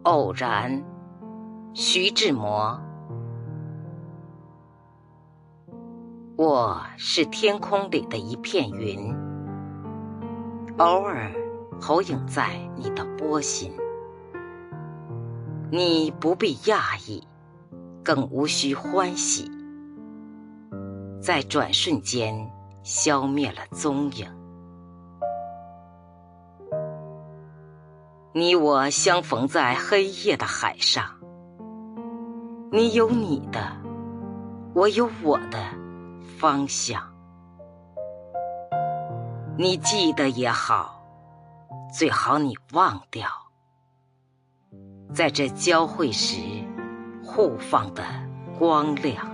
偶然，徐志摩。我是天空里的一片云，偶尔投影在你的波心。你不必讶异，更无需欢喜，在转瞬间消灭了踪影。你我相逢在黑夜的海上，你有你的，我有我的方向。你记得也好，最好你忘掉，在这交汇时互放的光亮。